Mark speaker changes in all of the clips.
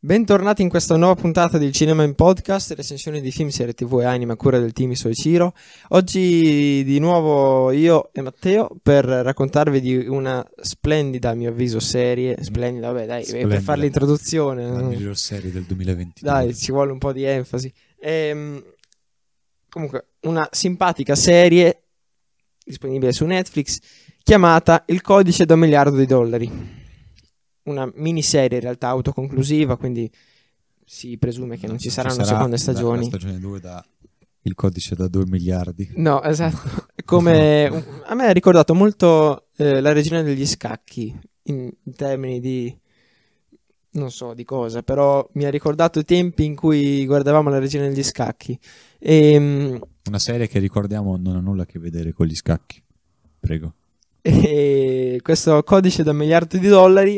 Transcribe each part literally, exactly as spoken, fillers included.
Speaker 1: Bentornati in questa nuova puntata del Cinema in Podcast, recensioni di film, serie tv e anime a cura del team Soichiro. Oggi di nuovo io e Matteo per raccontarvi di una splendida, a mio avviso, serie. Splendida, vabbè dai, splendida. Per fare l'introduzione.
Speaker 2: La miglior serie del duemilaventidue.
Speaker 1: Dai, ci vuole un po' di enfasi. Ehm, comunque, una simpatica serie disponibile su Netflix chiamata Il codice da un miliardo di dollari. Una miniserie in realtà autoconclusiva, quindi si presume che non ci saranno seconde stagioni.
Speaker 2: La stagione due da Il codice da due miliardi.
Speaker 1: No, esatto. Come a me ha ricordato molto eh, La regina degli scacchi in, in termini di non so di cosa, però mi ha ricordato i tempi in cui guardavamo La regina degli scacchi. E,
Speaker 2: una serie che ricordiamo non ha nulla a che vedere con gli scacchi. Prego.
Speaker 1: E questo codice da un miliardo di dollari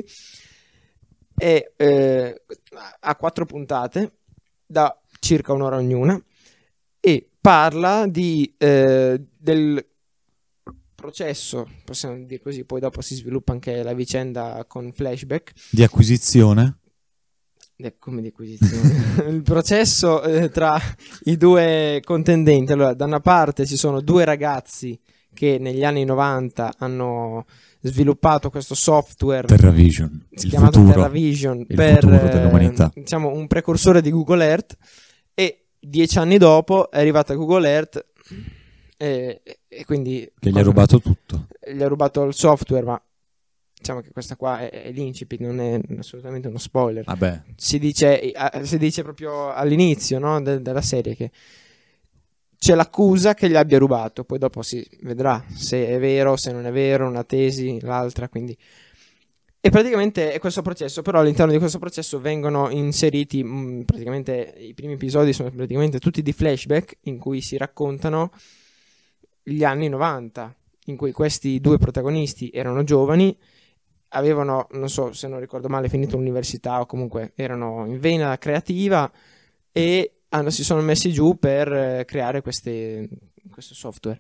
Speaker 1: è, eh, ha quattro puntate da circa un'ora ognuna e parla di eh, del processo, possiamo dire così, poi dopo si sviluppa anche la vicenda con flashback
Speaker 2: di acquisizione.
Speaker 1: Eh, come di acquisizione? Il processo eh, tra i due contendenti. Allora, da una parte ci sono due ragazzi che negli anni novanta hanno sviluppato questo software
Speaker 2: TerraVision,
Speaker 1: si chiamato
Speaker 2: futuro,
Speaker 1: TerraVision
Speaker 2: il
Speaker 1: per
Speaker 2: futuro dell'umanità.
Speaker 1: Eh, diciamo un precursore di Google Earth, e dieci anni dopo è arrivata Google Earth e, e quindi
Speaker 2: che gli ha rubato tutto.
Speaker 1: Gli ha rubato il software, ma diciamo che questa qua è, è l'incipit, non è assolutamente uno spoiler.
Speaker 2: Vabbè.
Speaker 1: Si dice, si dice proprio all'inizio, no, de- della serie che c'è l'accusa che gli abbia rubato, poi dopo si vedrà se è vero, se non è vero, una tesi, l'altra, quindi. E praticamente è questo processo, però all'interno di questo processo vengono inseriti, mh, praticamente i primi episodi sono praticamente tutti di flashback in cui si raccontano gli anni novanta, in cui questi due protagonisti erano giovani, avevano, non so se non ricordo male, finito l'università o comunque erano in vena creativa e hanno, si sono messi giù per eh, creare queste, questo software.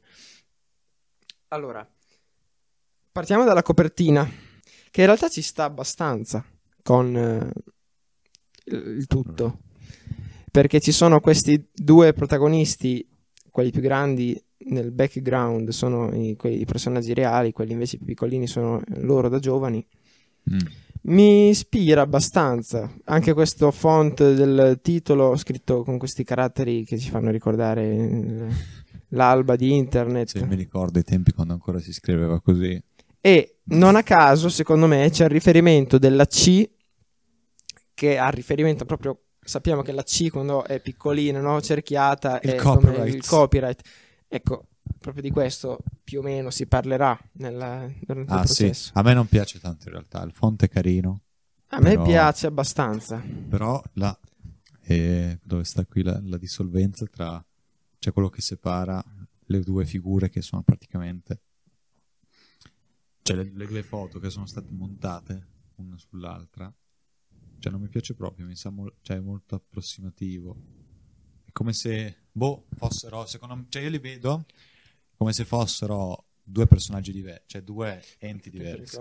Speaker 1: Allora, partiamo dalla copertina, che in realtà ci sta abbastanza con eh, il, il tutto, perché ci sono questi due protagonisti, quelli più grandi nel background sono i, quei personaggi reali, quelli invece più piccolini sono loro da giovani. Mm. Mi ispira abbastanza anche questo font del titolo scritto con questi caratteri che ci fanno ricordare l'alba di internet.
Speaker 2: Sì, mi ricordo i tempi quando ancora si scriveva così.
Speaker 1: E non a caso, secondo me, c'è il riferimento della C, che ha riferimento proprio, sappiamo che la C quando è piccolina, no, cerchiata,
Speaker 2: il
Speaker 1: è
Speaker 2: copyright.
Speaker 1: come il copyright. Ecco, proprio di questo più o meno si parlerà nella, durante
Speaker 2: ah,
Speaker 1: il processo.
Speaker 2: Sì. A me non piace tanto in realtà, il font è carino.
Speaker 1: A però, me piace abbastanza.
Speaker 2: Però la, eh, dove sta qui la, la dissolvenza tra, cioè quello che separa le due figure che sono praticamente, cioè le, le due foto che sono state montate una sull'altra, cioè non mi piace proprio, mi sa mo- cioè, molto approssimativo. È come se, boh, fossero, secondo me, cioè io li vedo come se fossero due personaggi diversi, cioè due enti diversi.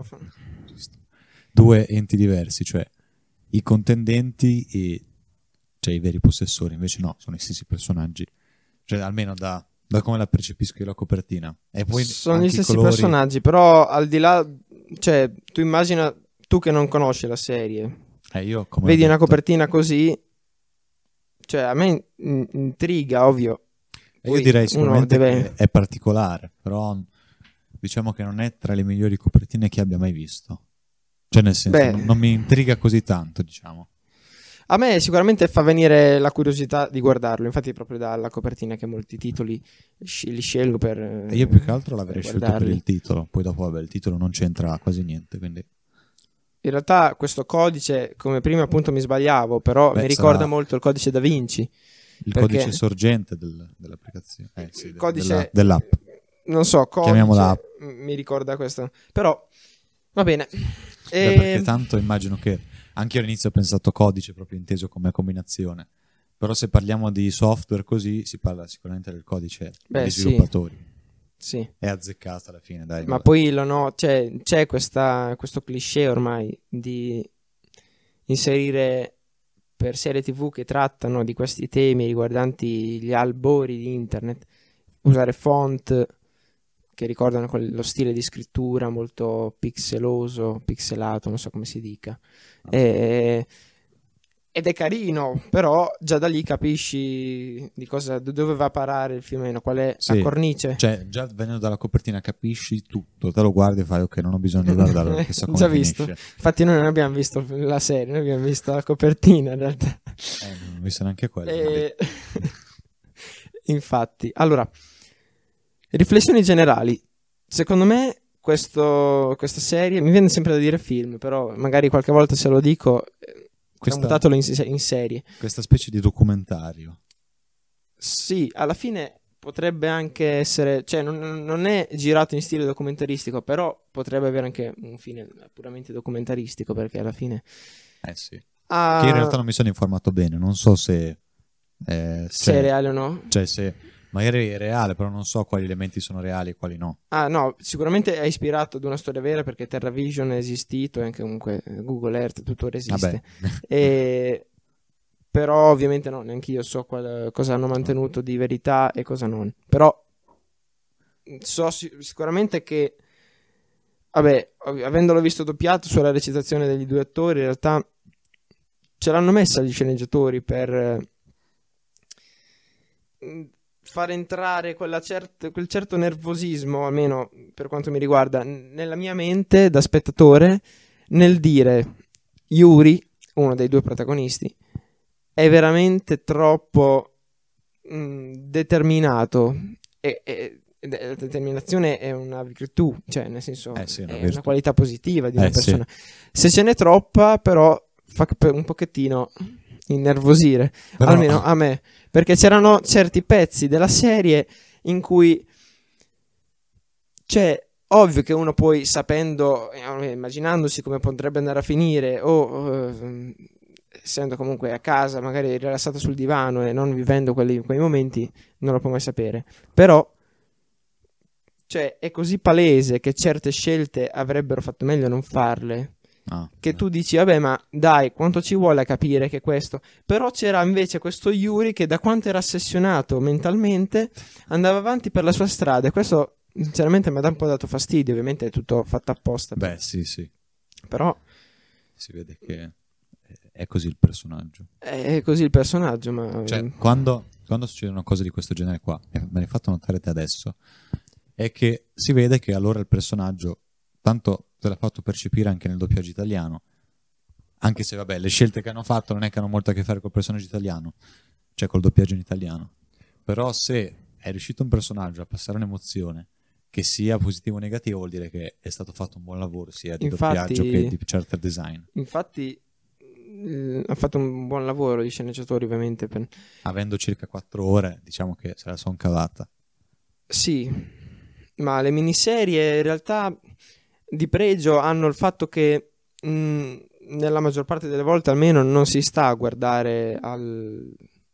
Speaker 2: Due enti diversi, cioè i contendenti e cioè i veri possessori, invece no, sono i stessi personaggi. Cioè almeno da, da come la percepisco io la copertina. E poi
Speaker 1: sono gli stessi
Speaker 2: colori...
Speaker 1: personaggi, però al di là, cioè tu immagina, tu che non conosci la serie,
Speaker 2: eh, io, come
Speaker 1: vedi una
Speaker 2: detto,
Speaker 1: copertina così, cioè a me in- intriga, ovvio.
Speaker 2: Io direi sicuramente
Speaker 1: deve...
Speaker 2: che è particolare, però diciamo che non è tra le migliori copertine che abbia mai visto. Cioè nel senso,
Speaker 1: Beh,
Speaker 2: non, non mi intriga così tanto, diciamo.
Speaker 1: A me sicuramente fa venire la curiosità di guardarlo, infatti è proprio dalla copertina che molti titoli sci- li scelgo per
Speaker 2: E io più che altro l'avrei scelto
Speaker 1: guardarli.
Speaker 2: per il titolo, poi dopo vabbè il titolo non c'entra quasi niente, quindi...
Speaker 1: In realtà questo codice, come prima appunto mi sbagliavo, però
Speaker 2: Beh,
Speaker 1: mi ricorda
Speaker 2: sarà...
Speaker 1: molto il codice Da Vinci.
Speaker 2: Il
Speaker 1: perché...
Speaker 2: codice sorgente del, dell'applicazione, eh, sì,
Speaker 1: il codice
Speaker 2: della, dell'app.
Speaker 1: Non so, codice,
Speaker 2: chiamiamola app.
Speaker 1: Mi ricorda questo. Però, va bene.
Speaker 2: Beh,
Speaker 1: e...
Speaker 2: perché tanto immagino che, anche io all'inizio ho pensato codice proprio inteso come combinazione, però se parliamo di software così, si parla sicuramente del codice Beh, degli sviluppatori.
Speaker 1: Sì. sì.
Speaker 2: È azzeccato alla fine, dai.
Speaker 1: Ma
Speaker 2: vabbè.
Speaker 1: poi lo no, c'è, c'è questa, questo cliché ormai di inserire per serie tv che trattano di questi temi riguardanti gli albori di internet, usare font che ricordano quel- lo stile di scrittura molto pixeloso, pixelato, non so come si dica. E- ed è carino, però già da lì capisci di cosa, da dove va a parare il film, meno, qual è
Speaker 2: Sì,
Speaker 1: la cornice.
Speaker 2: cioè già venendo dalla copertina capisci tutto, te lo guardi e fai ok, non ho bisogno di guardarlo perché so come
Speaker 1: Già
Speaker 2: finisce.
Speaker 1: visto. Infatti noi non abbiamo visto la serie, noi abbiamo visto la copertina in realtà.
Speaker 2: Eh, non ho visto neanche quello.
Speaker 1: E- Infatti, allora, riflessioni generali. Secondo me questo, questa serie, mi viene sempre da dire film, però magari qualche volta se lo dico, eh,
Speaker 2: Questa-
Speaker 1: tramutatelo in, se- in serie.
Speaker 2: Questa specie di documentario.
Speaker 1: Sì, alla fine potrebbe anche essere, cioè non, non è girato in stile documentaristico, però potrebbe avere anche un fine puramente documentaristico, perché alla fine
Speaker 2: Eh sì.
Speaker 1: ha...
Speaker 2: Che in realtà non mi sono informato bene, non so se... eh,
Speaker 1: se è
Speaker 2: se-
Speaker 1: reale o no.
Speaker 2: Cioè se magari è reale, però non so quali elementi sono reali e quali no.
Speaker 1: Ah no, sicuramente è ispirato ad una storia vera, perché TerraVision è esistito e anche comunque Google Earth tuttora esiste.
Speaker 2: Vabbè.
Speaker 1: E... però ovviamente no, neanche io so qual- cosa hanno mantenuto di verità e cosa non. Però so sic- sicuramente che, vabbè, ov- avendolo visto doppiato sulla recitazione degli due attori, in realtà ce l'hanno messa gli sceneggiatori per eh, far entrare quella cert- quel certo nervosismo, almeno per quanto mi riguarda, n- nella mia mente da spettatore, nel dire Yuri, uno dei due protagonisti, è veramente troppo mh, determinato e, e- ed è- la determinazione è una virtù, cioè nel senso
Speaker 2: Eh sì, è una
Speaker 1: è
Speaker 2: virtù.
Speaker 1: una qualità positiva di una
Speaker 2: Eh sì.
Speaker 1: persona. Se ce n'è troppa, però fa per un pochettino innervosire,
Speaker 2: Però-
Speaker 1: almeno a me, perché c'erano certi pezzi della serie in cui c'è ovvio che uno poi sapendo, eh, immaginandosi come potrebbe andare a finire o eh, essendo comunque a casa magari rilassato sul divano e non vivendo quelli- quei momenti, non lo può mai sapere. Però cioè è così palese che certe scelte avrebbero fatto meglio non farle,
Speaker 2: Ah,
Speaker 1: che tu dici vabbè, ma dai, quanto ci vuole a capire che questo. Però c'era invece questo Yuri che, da quanto era ossessionato mentalmente, andava avanti per la sua strada, e questo sinceramente mi ha un po' dato fastidio. Ovviamente è tutto fatto apposta,
Speaker 2: beh, sì, sì.
Speaker 1: però
Speaker 2: Si vede che è così il personaggio.
Speaker 1: è così il personaggio. Ma
Speaker 2: Cioè, quando, quando succedono cose di questo genere qua, e me l'hai fatto notare te adesso, è che si vede che allora il personaggio, tanto te l'ha fatto percepire anche nel doppiaggio italiano, anche se vabbè, le scelte che hanno fatto non è che hanno molto a che fare col personaggio italiano, cioè col doppiaggio in italiano, però se è riuscito un personaggio a passare un'emozione, che sia positivo o negativo, vuol dire che è stato fatto un buon lavoro sia di
Speaker 1: Infatti-
Speaker 2: doppiaggio che di character design.
Speaker 1: infatti eh, ha fatto un buon lavoro gli sceneggiatori, ovviamente. Per...
Speaker 2: Avendo circa quattro ore, diciamo che se la son cavata.
Speaker 1: Sì, ma le miniserie in realtà di pregio hanno il fatto che mh, nella maggior parte delle volte almeno non si sta a guardare al,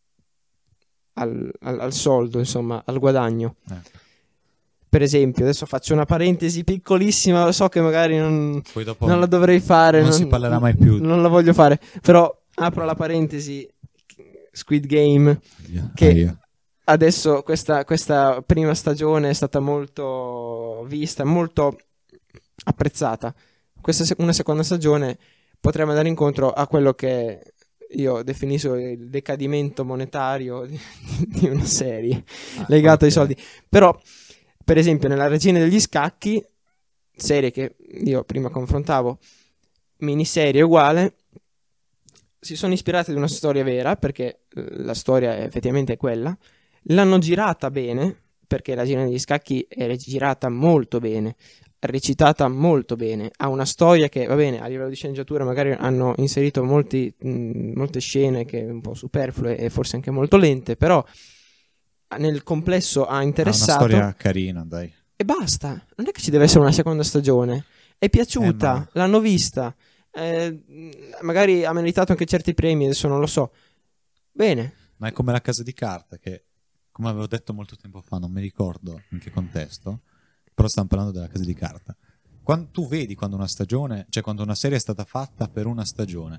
Speaker 1: al, al- al soldo, insomma, al guadagno.
Speaker 2: Eh.
Speaker 1: Per esempio, adesso faccio una parentesi piccolissima, lo so che magari non,
Speaker 2: Poi dopo
Speaker 1: non la dovrei fare,
Speaker 2: non si parlerà mai più.
Speaker 1: non la voglio fare, però apro la parentesi Squid Game, che
Speaker 2: Aia.
Speaker 1: adesso questa, questa prima stagione è stata molto vista, molto apprezzata. Questa se- una seconda stagione potremmo andare incontro a quello che io definisco il decadimento monetario di, di una serie
Speaker 2: Ah,
Speaker 1: legato ai
Speaker 2: ok.
Speaker 1: soldi. Però, per esempio, nella Regina degli Scacchi, serie che io prima confrontavo, miniserie uguale, si sono ispirati ad una storia vera, perché eh, la storia è effettivamente quella, l'hanno girata bene, perché la Regina degli Scacchi è girata molto bene, recitata molto bene, ha una storia che, va bene, a livello di sceneggiatura magari hanno inserito molti, mh, molte scene che un po' superflue e forse anche molto lente, però nel complesso ha
Speaker 2: Ha una
Speaker 1: interessato
Speaker 2: storia carina, dai.
Speaker 1: e basta. Non è che ci deve essere una seconda stagione. È piaciuta,
Speaker 2: Eh, ma-
Speaker 1: l'hanno vista, eh, magari ha meritato anche certi premi, adesso non lo so. Bene.
Speaker 2: Ma è come La Casa di Carta, che, come avevo detto molto tempo fa, non mi ricordo in che contesto, però stiamo parlando della Casa di Carta. Quando tu vedi quando una stagione, cioè quando una serie è stata fatta per una stagione,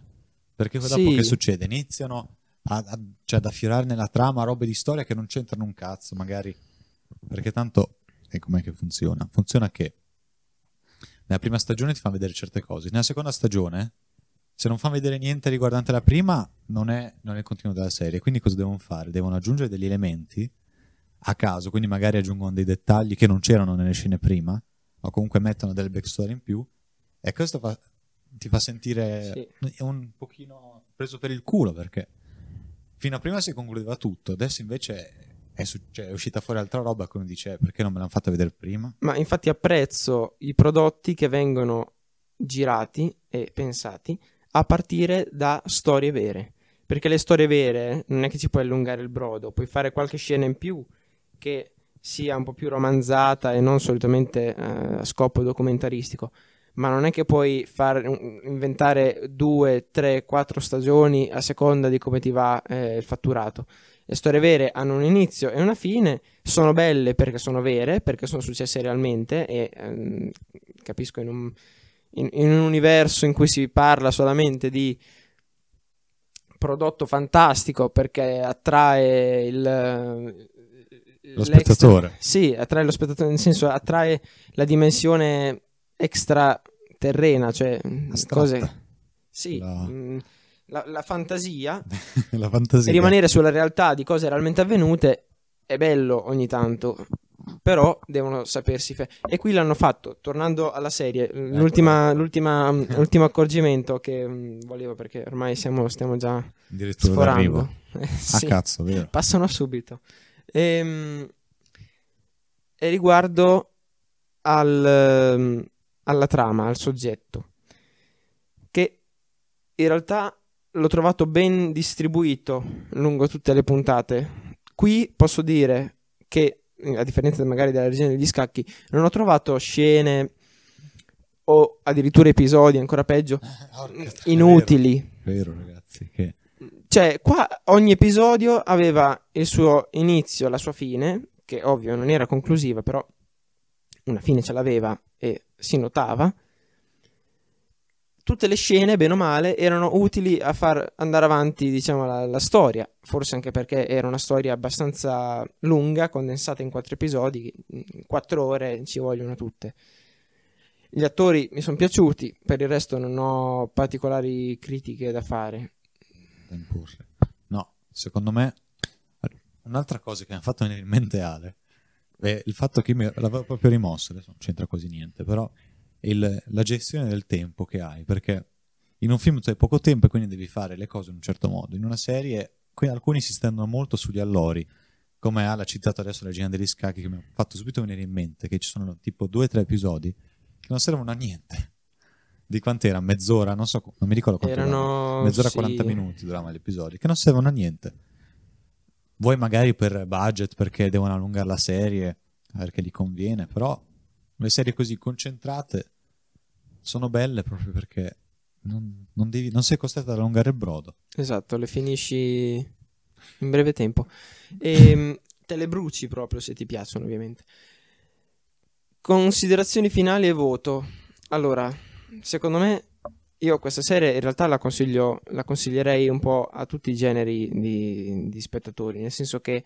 Speaker 2: Perché dopo
Speaker 1: Sì.
Speaker 2: che succede? Iniziano a, a, cioè ad affiorare nella trama robe di storia che non c'entrano un cazzo, magari. Perché tanto, e com'è che funziona? Funziona che nella prima stagione ti fanno vedere certe cose, nella seconda stagione, se non fanno vedere niente riguardante la prima, non è, non è il continuo della serie. Quindi cosa devono fare? Devono aggiungere degli elementi a caso, quindi magari aggiungono dei dettagli che non c'erano nelle scene prima, o comunque mettono delle backstory in più, e questo fa, ti fa sentire
Speaker 1: Sì.
Speaker 2: un pochino preso per il culo, perché fino a prima si concludeva tutto, adesso invece è, su- cioè, è uscita fuori altra roba, come dice, perché non me l'hanno fatta vedere prima?
Speaker 1: Ma infatti apprezzo i prodotti che vengono girati e pensati a partire da storie vere, perché le storie vere non è che ci puoi allungare il brodo, puoi fare qualche scena in più che sia un po' più romanzata e non solitamente eh, a scopo documentaristico, ma non è che puoi far, inventare due, tre, quattro stagioni a seconda di come ti va eh, il fatturato. Le storie vere hanno un inizio e una fine, sono belle perché sono vere, perché sono successe realmente e ehm, capisco in un, in, in un universo in cui si parla solamente di prodotto fantastico perché attrae il
Speaker 2: Lo spettatore.
Speaker 1: sì, attrae lo spettatore, nel senso attrae la dimensione extraterrena, cioè
Speaker 2: Astratta.
Speaker 1: cose sì,
Speaker 2: La-
Speaker 1: mh, la, la fantasia
Speaker 2: La fantasia.
Speaker 1: e rimanere sulla realtà di cose realmente avvenute è bello ogni tanto, però devono sapersi fe- e qui l'hanno fatto. Tornando alla serie, l'ultima, l'ultima, l'ultimo accorgimento che mh, volevo, perché ormai siamo, stiamo già
Speaker 2: Addirittura
Speaker 1: sforando.
Speaker 2: d'arrivo.
Speaker 1: Eh,
Speaker 2: Ah,
Speaker 1: sì,
Speaker 2: cazzo, vero?
Speaker 1: passano subito. Ehm, E, riguardo al, ehm, alla trama, al soggetto, che in realtà l'ho trovato ben distribuito lungo tutte le puntate. Qui posso dire che, a differenza magari della regione degli scacchi, non ho trovato scene o addirittura episodi, ancora peggio, inutili.
Speaker 2: Vero, ragazzi, che
Speaker 1: Cioè, qua ogni episodio aveva il suo inizio, la sua fine, che ovvio non era conclusiva, però una fine ce l'aveva e si notava. Tutte le scene, bene o male, erano utili a far andare avanti, diciamo, la, la storia. Forse anche perché era una storia abbastanza lunga, condensata in quattro episodi, in quattro ore ci vogliono tutte. Gli attori mi sono piaciuti, per il resto non ho particolari critiche da fare.
Speaker 2: da imporre. No, secondo me un'altra cosa che mi ha fatto venire in mente Ale è il fatto che io mi- l'avevo proprio rimosso, adesso non c'entra quasi niente, però il- la gestione del tempo che hai, perché in un film tu hai poco tempo e quindi devi fare le cose in un certo modo. In una serie qui alcuni si stendono molto sugli allori, come Ale ha citato adesso la Regina degli Scacchi, che mi ha fatto subito venire in mente che ci sono tipo due o tre episodi che non servono a niente. Di quant'era? Mezz'ora? Non so, non mi ricordo quanto
Speaker 1: Erano,
Speaker 2: durava. Mezz'ora,
Speaker 1: sì.
Speaker 2: quaranta minuti duravano gli episodi, che non servono a niente. Vuoi magari per budget, perché devono allungare la serie, perché gli conviene, però le serie così concentrate sono belle proprio perché non, non, devi, non sei costretto ad allungare il brodo.
Speaker 1: Esatto, le finisci in breve tempo. E te le bruci proprio se ti piacciono, ovviamente. Considerazioni finali e voto. Allora, secondo me, io questa serie in realtà la consiglio, la consiglierei un po' a tutti i generi di, di spettatori, nel senso che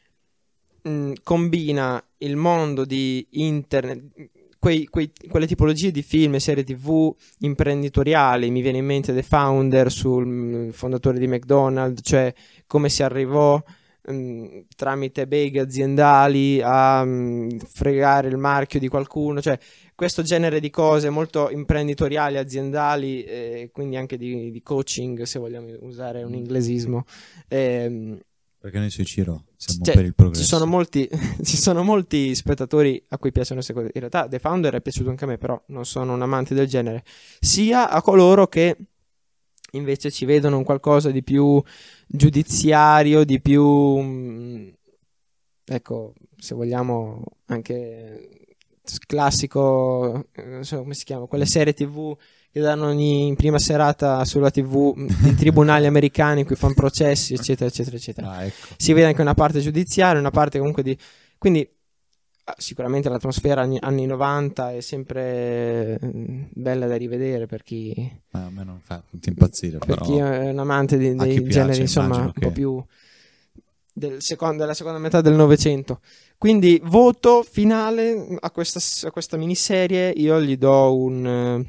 Speaker 1: mh, combina il mondo di internet, quei, quei- quelle tipologie di film e serie tv imprenditoriali. Mi viene in mente The Founder sul mh, fondatore di McDonald's, cioè come si arrivò mh, tramite beghe aziendali a mh, fregare il marchio di qualcuno, cioè questo genere di cose molto imprenditoriali, aziendali, e quindi anche di, di coaching, se vogliamo usare un inglesismo. Ehm,
Speaker 2: Perché noi sui Ciro siamo
Speaker 1: cioè,
Speaker 2: per il progresso.
Speaker 1: ci sono molti ci sono molti spettatori a cui piacciono queste cose. In realtà The Founder è piaciuto anche a me, però non sono un amante del genere. Sia a coloro che invece ci vedono un qualcosa di più giudiziario, di più mh, ecco, se vogliamo anche classico, eh, non so come si chiama, quelle serie tv che danno ogni in prima serata sulla tv mh, di tribunali americani in cui fanno processi, eccetera, eccetera, eccetera.
Speaker 2: Ah, ecco.
Speaker 1: Si vede anche una parte giudiziaria, una parte comunque di... Quindi sicuramente l'atmosfera anni, anni novanta è sempre eh, bella da rivedere per chi,
Speaker 2: Eh, a me non fa tutti impazzire,
Speaker 1: per
Speaker 2: però
Speaker 1: chi è un amante di-
Speaker 2: a
Speaker 1: dei
Speaker 2: chi piace,
Speaker 1: generi, insomma,
Speaker 2: immagino
Speaker 1: un
Speaker 2: che-
Speaker 1: po' più del secondo- della seconda metà del Novecento. Quindi voto finale a questa, a questa miniserie, io gli do un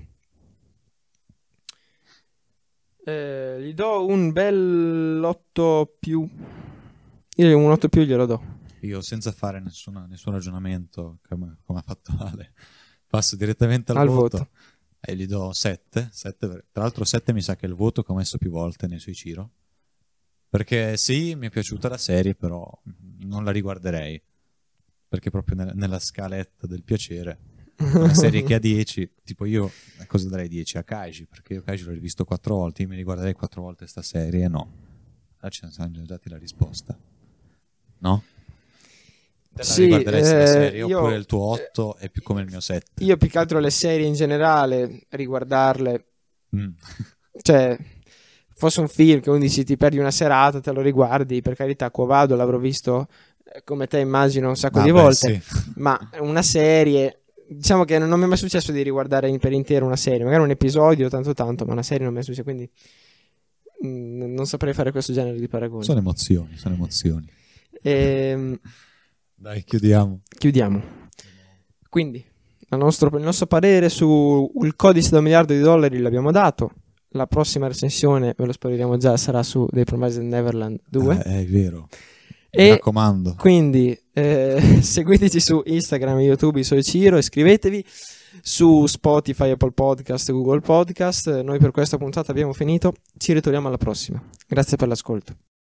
Speaker 1: eh, eh, gli do un bel otto più. Io un otto più glielo do.
Speaker 2: io senza fare nessuna- nessun ragionamento come, come ha fatto Ale, passo direttamente al,
Speaker 1: Al
Speaker 2: voto,
Speaker 1: voto.
Speaker 2: e gli do sette. Tra l'altro sette mi sa che è il voto che ho messo più volte nei suoi Ciro, perché sì, mi è piaciuta la serie, però non la riguarderei, perché proprio nella, nella scaletta del piacere, una serie che ha dieci, tipo io a cosa darei dieci? A Kaiji, perché io Kaiji l'ho rivisto quattro volte, io mi riguarderei quattro volte sta serie, no. Allora ci siamo già dati la risposta, no? Te la
Speaker 1: Sì,
Speaker 2: riguarderesti la
Speaker 1: eh,
Speaker 2: serie,
Speaker 1: io-
Speaker 2: oppure il tuo otto è più come il mio sette?
Speaker 1: Io più che altro le serie in generale, riguardarle,
Speaker 2: Mm.
Speaker 1: cioè, fosse un film che uno dici ti perdi una serata, te lo riguardi, per carità, Quo Vado l'avrò visto eh, come te immagino un sacco di
Speaker 2: Vabbè,
Speaker 1: volte,
Speaker 2: sì.
Speaker 1: ma una serie, diciamo che non non mi è mai successo di riguardare in- per intero una serie, magari un episodio tanto tanto, ma una serie non mi è successo, quindi mm, non saprei fare questo genere di paragoni.
Speaker 2: Sono emozioni, sono emozioni.
Speaker 1: Ehm,
Speaker 2: Dai, chiudiamo.
Speaker 1: chiudiamo. Quindi, il nostro, il nostro parere su il codice da un miliardo di dollari l'abbiamo dato. La prossima recensione, ve lo spoileremo già, sarà su The Promised Neverland due.
Speaker 2: Eh, è vero.
Speaker 1: E
Speaker 2: Mi raccomando.
Speaker 1: quindi eh, seguiteci su Instagram e YouTube, sono Ciro, iscrivetevi su Spotify, Apple Podcast, Google Podcast. Noi per questa puntata abbiamo finito. Ci ritroviamo alla prossima. Grazie per l'ascolto.